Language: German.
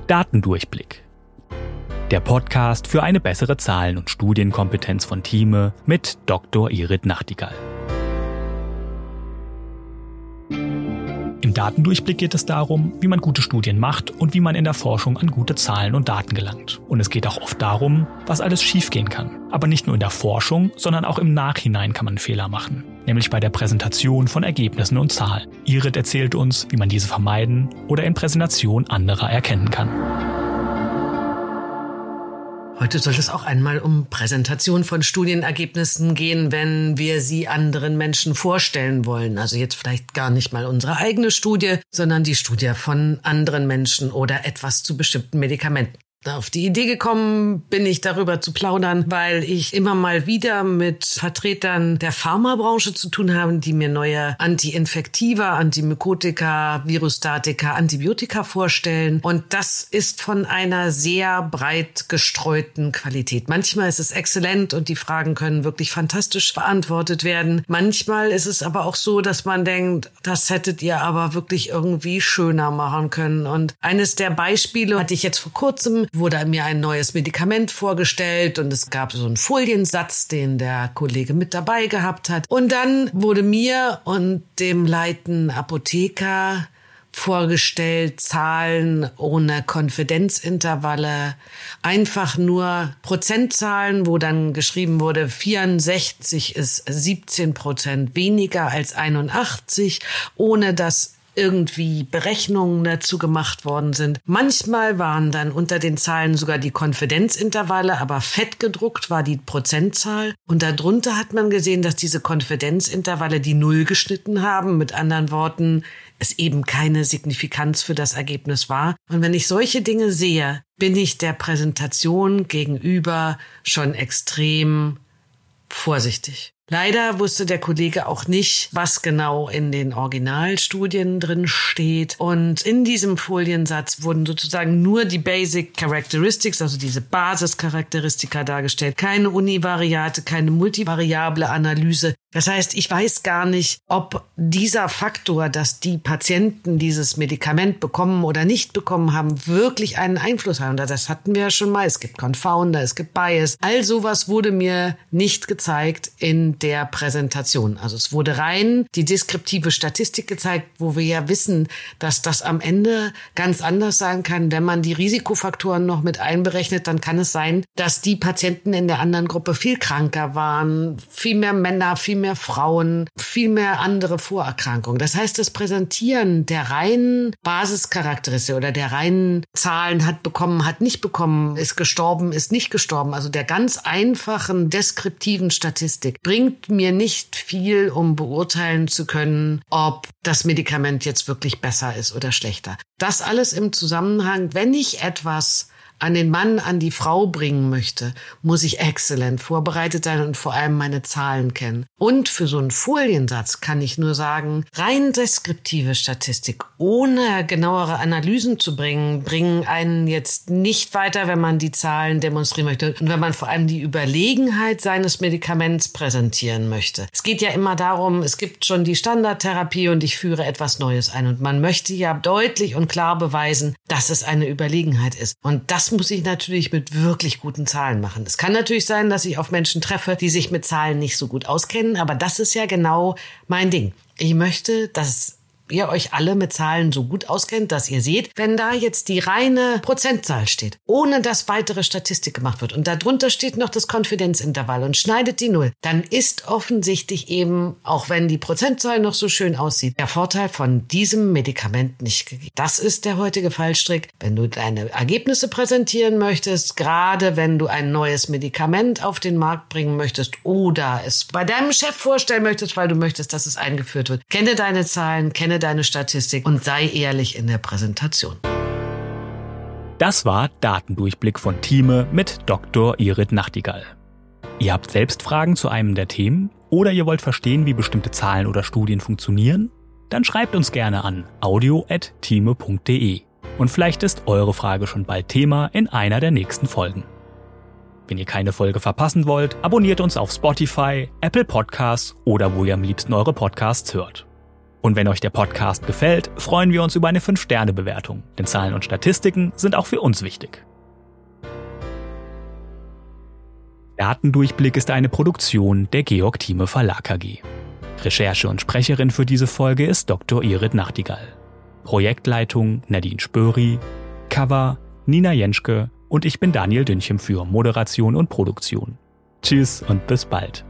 Datendurchblick. Der Podcast für eine bessere Zahlen- und Studienkompetenz von Thieme mit Dr. Irit Nachtigall. Im Datendurchblick geht es darum, wie man gute Studien macht und wie man in der Forschung an gute Zahlen und Daten gelangt. Und es geht auch oft darum, was alles schiefgehen kann. Aber nicht nur in der Forschung, sondern auch im Nachhinein kann man Fehler machen. Nämlich bei der Präsentation von Ergebnissen und Zahlen. Irit erzählt uns, wie man diese vermeiden oder in Präsentation anderer erkennen kann. Heute soll es auch einmal um Präsentation von Studienergebnissen gehen, wenn wir sie anderen Menschen vorstellen wollen. Also jetzt vielleicht gar nicht mal unsere eigene Studie, sondern die Studie von anderen Menschen oder etwas zu bestimmten Medikamenten. Auf die Idee gekommen bin ich, darüber zu plaudern, weil ich immer mal wieder mit Vertretern der Pharmabranche zu tun habe, die mir neue Antiinfektiva, Antimykotika, Virustatika, Antibiotika vorstellen. Und das ist von einer sehr breit gestreuten Qualität. Manchmal ist es exzellent und die Fragen können wirklich fantastisch beantwortet werden. Manchmal ist es aber auch so, dass man denkt, das hättet ihr aber wirklich irgendwie schöner machen können. Und eines der Beispiele hatte ich jetzt vor kurzem, wurde mir ein neues Medikament vorgestellt und es gab so einen Foliensatz, den der Kollege mit dabei gehabt hat. Und dann wurde mir und dem leitenden Apotheker vorgestellt, Zahlen ohne Konfidenzintervalle, einfach nur Prozentzahlen, wo dann geschrieben wurde, 64 ist 17% weniger als 81, ohne dass irgendwie Berechnungen dazu gemacht worden sind. Manchmal waren dann unter den Zahlen sogar die Konfidenzintervalle, aber fett gedruckt war die Prozentzahl. Und darunter hat man gesehen, dass diese Konfidenzintervalle die Null geschnitten haben. Mit anderen Worten, es eben keine Signifikanz für das Ergebnis war. Und wenn ich solche Dinge sehe, bin ich der Präsentation gegenüber schon extrem vorsichtig. Leider wusste der Kollege auch nicht, was genau in den Originalstudien drin steht. Und in diesem Foliensatz wurden sozusagen nur die Basic Characteristics, also diese Basischarakteristika dargestellt. Keine univariate, keine multivariable Analyse. Das heißt, ich weiß gar nicht, ob dieser Faktor, dass die Patienten dieses Medikament bekommen oder nicht bekommen haben, wirklich einen Einfluss haben. Das hatten wir ja schon mal. Es gibt Confounder, es gibt Bias. All sowas wurde mir nicht gezeigt in der Präsentation. Also es wurde rein die deskriptive Statistik gezeigt, wo wir ja wissen, dass das am Ende ganz anders sein kann. Wenn man die Risikofaktoren noch mit einberechnet, dann kann es sein, dass die Patienten in der anderen Gruppe viel kranker waren, viel mehr Männer, viel mehr Frauen, viel mehr andere Vorerkrankungen. Das heißt, das Präsentieren der reinen Basischarakteristik oder der reinen Zahlen hat bekommen, hat nicht bekommen, ist gestorben, ist nicht gestorben, also der ganz einfachen deskriptiven Statistik bringt mir nicht viel, um beurteilen zu können, ob das Medikament jetzt wirklich besser ist oder schlechter. Das alles im Zusammenhang, wenn ich etwas an den Mann, an die Frau bringen möchte, muss ich exzellent vorbereitet sein und vor allem meine Zahlen kennen. Und für so einen Foliensatz kann ich nur sagen, rein deskriptive Statistik, ohne genauere Analysen zu bringen einen jetzt nicht weiter, wenn man die Zahlen demonstrieren möchte und wenn man vor allem die Überlegenheit seines Medikaments präsentieren möchte. Es geht ja immer darum, es gibt schon die Standardtherapie und ich führe etwas Neues ein und man möchte ja deutlich und klar beweisen, dass es eine Überlegenheit ist. Und das muss ich natürlich mit wirklich guten Zahlen machen. Es kann natürlich sein, dass ich auf Menschen treffe, die sich mit Zahlen nicht so gut auskennen, aber das ist ja genau mein Ding. Ich möchte, dass ihr euch alle mit Zahlen so gut auskennt, dass ihr seht, wenn da jetzt die reine Prozentzahl steht, ohne dass weitere Statistik gemacht wird und darunter steht noch das Konfidenzintervall und schneidet die Null, dann ist offensichtlich eben, auch wenn die Prozentzahl noch so schön aussieht, der Vorteil von diesem Medikament nicht gegeben. Das ist der heutige Fallstrick. Wenn du deine Ergebnisse präsentieren möchtest, gerade wenn du ein neues Medikament auf den Markt bringen möchtest oder es bei deinem Chef vorstellen möchtest, weil du möchtest, dass es eingeführt wird, kenne deine Zahlen, kenne deine Statistik und sei ehrlich in der Präsentation. Das war Datendurchblick von Thieme mit Dr. Irit Nachtigall. Ihr habt selbst Fragen zu einem der Themen oder ihr wollt verstehen, wie bestimmte Zahlen oder Studien funktionieren? Dann schreibt uns gerne an audio@thieme.de und vielleicht ist eure Frage schon bald Thema in einer der nächsten Folgen. Wenn ihr keine Folge verpassen wollt, abonniert uns auf Spotify, Apple Podcasts oder wo ihr am liebsten eure Podcasts hört. Und wenn euch der Podcast gefällt, freuen wir uns über eine 5-Sterne-Bewertung, denn Zahlen und Statistiken sind auch für uns wichtig. Datendurchblick ist eine Produktion der Georg Thieme Verlag AG. Recherche und Sprecherin für diese Folge ist Dr. Irit Nachtigall. Projektleitung Nadine Spöri, Cover Nina Jenschke und ich bin Daniel Dünchem für Moderation und Produktion. Tschüss und bis bald.